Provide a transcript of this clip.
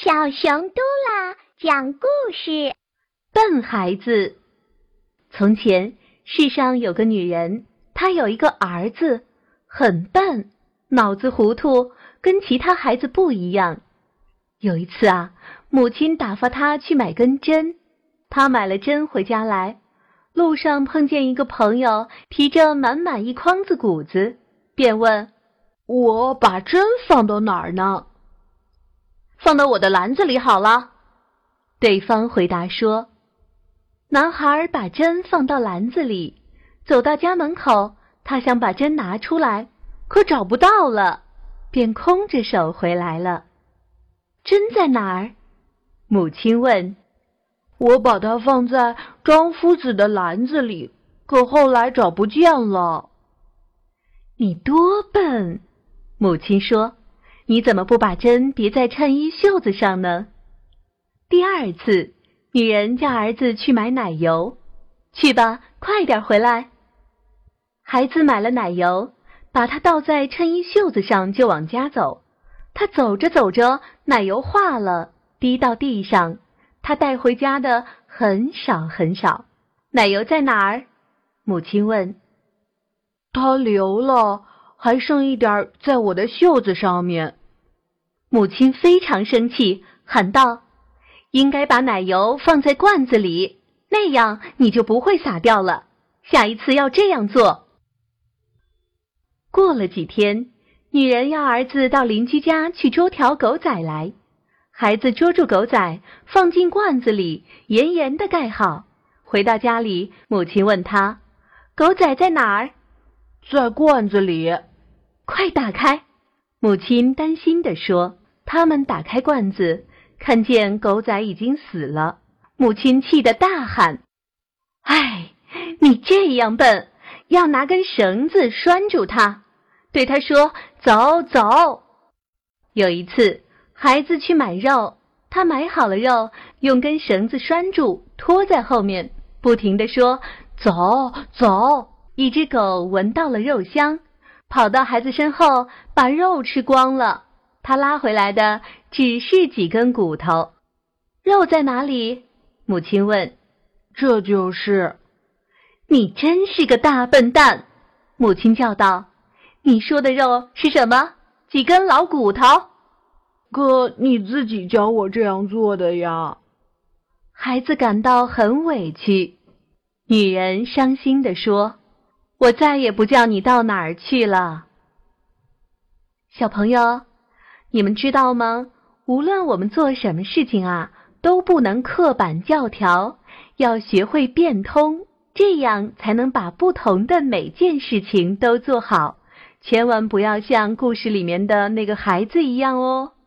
小熊嘟啦讲故事。 笨孩子。从前世上有个女人，她有一个儿子，很笨，脑子糊涂，跟其他孩子不一样。有一次啊，母亲打发他去买根针，他买了针回家来，路上碰见一个朋友提着满满一筐子谷子，便问： 我把针放到哪儿呢？ 放到我的篮子里好了。对方回答说。男孩把针放到篮子里，走到家门口，他想把针拿出来，可找不到了，便空着手回来了。针在哪儿？母亲问。 我把它放在张夫子的篮子里，可后来找不见了。 你多笨！母亲说，你怎么不把针别在衬衣袖子上呢？第二次，女人叫儿子去买奶油，去吧，快点回来。孩子买了奶油，把它倒在衬衣袖子上就往家走。他走着走着，奶油化了，滴到地上。他带回家的很少很少。奶油在哪儿？母亲问。 它流了，还剩一点在我的袖子上面。 母亲非常生气，喊道：应该把奶油放在罐子里，那样你就不会洒掉了。下一次要这样做。过了几天，女人要儿子到邻居家去捉条狗仔来。孩子捉住狗仔，放进罐子里，严严地盖好。回到家里，母亲问他：狗仔在哪儿？ 在罐子里。 快打开！母亲担心地说。他们打开罐子，看见狗仔已经死了。母亲气得大喊：哎，你这样笨，要拿根绳子拴住它，对他说走走。有一次孩子去买肉，他买好了肉，用根绳子拴住，拖在后面，不停地说走走。一只狗闻到了肉香，跑到孩子身后，把肉吃光了。他拉回来的只是几根骨头。肉在哪里？母亲问。 这就是。 你真是个大笨蛋！母亲叫道。你说的肉是什么？几根老骨头？ 可你自己教我这样做的呀。 孩子感到很委屈。女人伤心地说，我再也不叫你到哪儿去了。小朋友，你们知道吗？无论我们做什么事情啊，都不能刻板教条，要学会变通，这样才能把不同的每件事情都做好。千万不要像故事里面的那个孩子一样哦。